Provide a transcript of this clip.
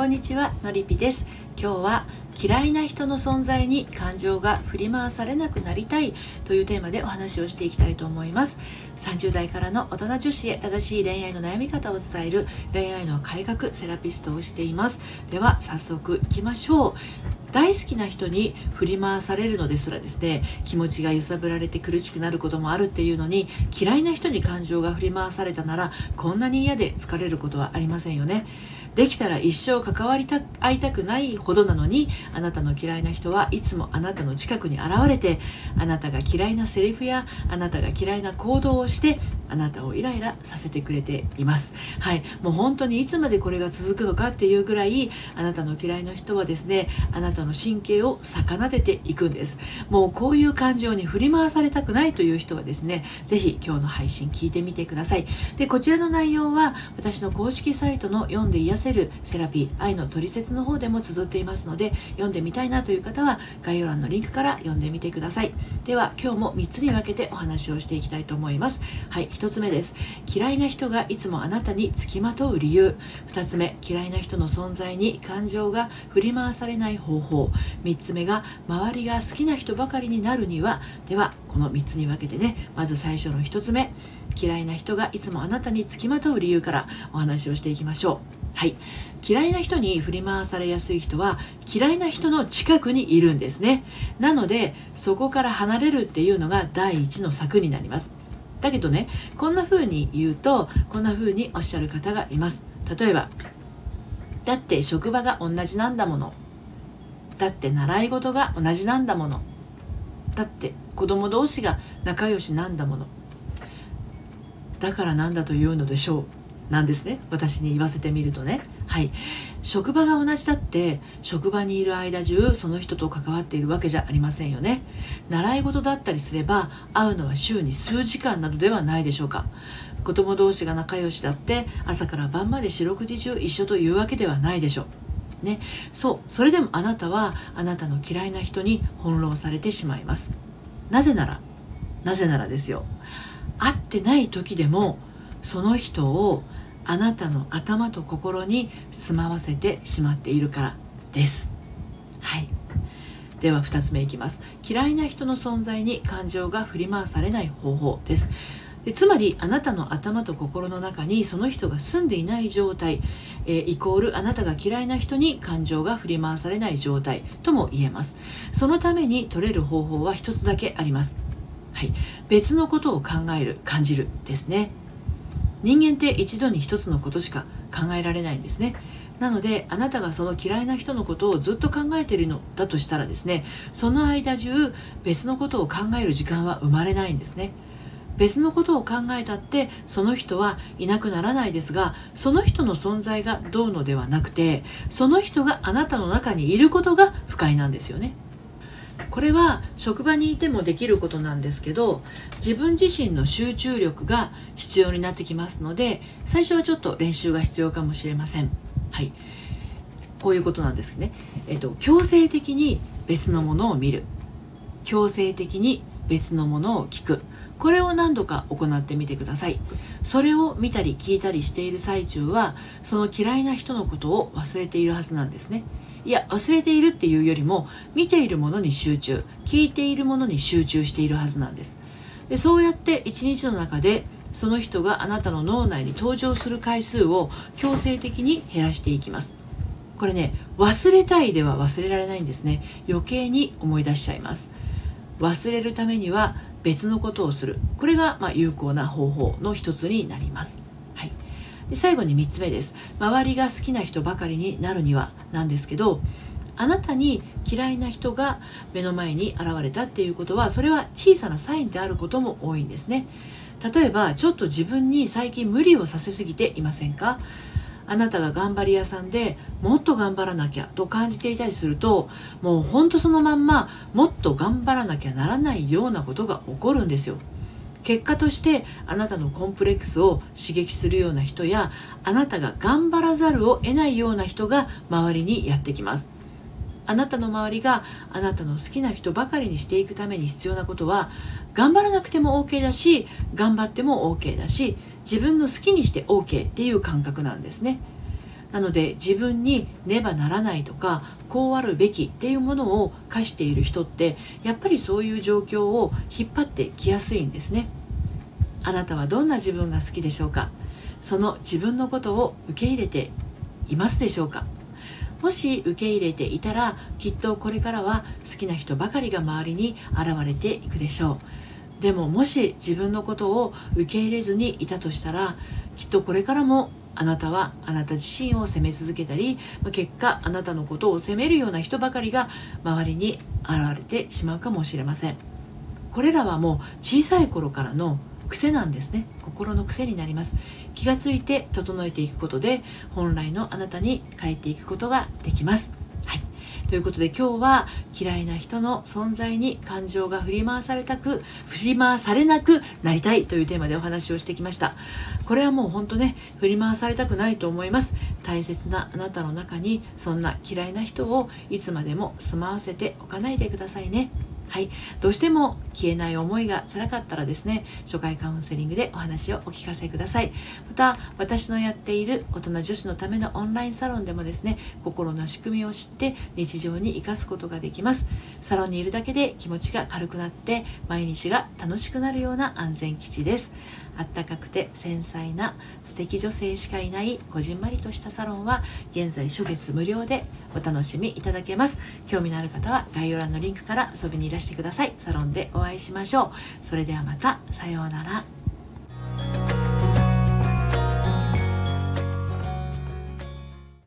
んにちは、のりぴです。今日は嫌いな人の存在に感情が振り回されなくなりたいというテーマでお話をしていきたいと思います。30代からの大人女子へ正しい恋愛の悩み方を伝える恋愛の改革セラピストをしています。では早速いきましょう。大好きな人に振り回されるのですらですね、気持ちが揺さぶられて苦しくなることもあるっていうのに、嫌いな人に感情が振り回されたならこんなに嫌で疲れることはありませんよね。できたら一生関わり合いたくないほどなのに、あなたの嫌いな人はいつもあなたの近くに現れて、あなたが嫌いなセリフやあなたが嫌いな行動をしてあなたをイライラさせてくれています。もう本当にいつまでこれが続くのかっていうぐらい、あなたの嫌いな人はですね、あなたの神経を逆なでていくんです。もうこういう感情に振り回されたくないという人はですね、ぜひ今日の配信聞いてみてください。で、こちらの内容は私の公式サイトの読んで癒せるセラピー愛のトリセツの方でも綴っていますので、読んでみたいなという方は概要欄のリンクから読んでみてください。では今日も3つに分けてお話をしていきたいと思います。1つ目です。嫌いな人がいつもあなたにつきまとう理由。2つ目、嫌いな人の存在に感情が振り回されない方法。3つ目が、周りが好きな人ばかりになるには。ではこの3つに分けてね、まず最初の1つ目、嫌いな人がいつもあなたにつきまとう理由からお話をしていきましょう。嫌いな人に振り回されやすい人は嫌いな人の近くにいるんですね。なのでそこから離れるっていうのが第一の策になります。だけどね、こんな風に言うとこんな風におっしゃる方がいます。例えば、だって職場が同じなんだもの、だって習い事が同じなんだもの、だって子供同士が仲良しなんだもの、だからなんだというのでしょうなんですね。私に言わせてみるとね、職場が同じだって職場にいる間中その人と関わっているわけじゃありませんよね。習い事だったりすれば会うのは週に数時間などではないでしょうか。子供同士が仲良しだって朝から晩まで四六時中一緒というわけではないでしょうね。それでもあなたはあなたの嫌いな人に翻弄されてしまいます。なぜならですよ、会ってない時でもその人をあなたの頭と心に住まわせてしまっているからです。では2つ目いきます。嫌いな人の存在に感情が振り回されない方法です。つまりあなたの頭と心の中にその人が住んでいない状態、イコールあなたが嫌いな人に感情が振り回されない状態とも言えます。そのために取れる方法は一つだけあります。別のことを考える、感じるですね。人間って一度に一つのことしか考えられないんですね。なのであなたがその嫌いな人のことをずっと考えているのだとしたらですね、その間中別のことを考える時間は生まれないんですね。別のことを考えたってその人はいなくならないですが、その人の存在がどうのではなくて、その人があなたの中にいることが不快なんですよね。これは職場にいてもできることなんですけど、自分自身の集中力が必要になってきますので、最初はちょっと練習が必要かもしれません。こういうことなんですね。強制的に別のものを見る、強制的に別のものを聞く、これを何度か行ってみてください。それを見たり聞いたりしている最中は、その嫌いな人のことを忘れているはずなんですね。いや、忘れているっていうよりも、見ているものに集中、聞いているものに集中しているはずなんです。で、そうやって一日の中でその人があなたの脳内に登場する回数を強制的に減らしていきます。これね、忘れたいでは忘れられないんですね。余計に思い出しちゃいます。忘れるためには別のことをする、これが有効な方法の一つになります。で、最後に3つ目です。周りが好きな人ばかりになるにはなんですけど、あなたに嫌いな人が目の前に現れたっていうことは、それは小さなサインであることも多いんですね。例えば、ちょっと自分に最近無理をさせすぎていませんか？あなたが頑張り屋さんでもっと頑張らなきゃと感じていたりすると、もうほんとそのまんまもっと頑張らなきゃならないようなことが起こるんですよ。結果としてあなたのコンプレックスを刺激するような人や、あなたが頑張らざるを得ないような人が周りにやってきます。あなたの周りがあなたの好きな人ばかりにしていくために必要なことは、頑張らなくても OK だし、頑張っても OK だし、自分の好きにして OK っていう感覚なんですね。 なので自分にねばならないとかこうあるべきっていうものを課している人ってやっぱりそういう状況を引っ張ってきやすいんですね。あなたはどんな自分が好きでしょうか？その自分のことを受け入れていますでしょうか？もし受け入れていたらきっとこれからは好きな人ばかりが周りに現れていくでしょう。でももし自分のことを受け入れずにいたとしたらきっとこれからもあなたはあなた自身を責め続けたり結果あなたのことを責めるような人ばかりが周りに現れてしまうかもしれません。これらはもう小さい頃からの癖なんですね。心の癖になります。気がついて整えていくことで本来のあなたに変えていくことができます。はい、ということで今日は嫌いな人の存在に感情が振り回されなくなりたいというテーマでお話をしてきました。これはもう本当ね、振り回されたくないと思います。大切なあなたの中にそんな嫌いな人をいつまでも住まわせておかないでくださいね。はい、どうしても消えない思いが辛かったらですね、初回カウンセリングでお話をお聞かせください。また私のやっている大人女子のためのオンラインサロンでもですね、心の仕組みを知って日常に生かすことができます。サロンにいるだけで気持ちが軽くなって毎日が楽しくなるような安全基地です。あったかくて繊細な素敵女性しかいないこじんまりとしたサロンは現在初月無料でお楽しみいただけます。興味のある方は概要欄のリンクから遊びにいらしてください。サロンでお会いしましょう。それではまた、さようなら。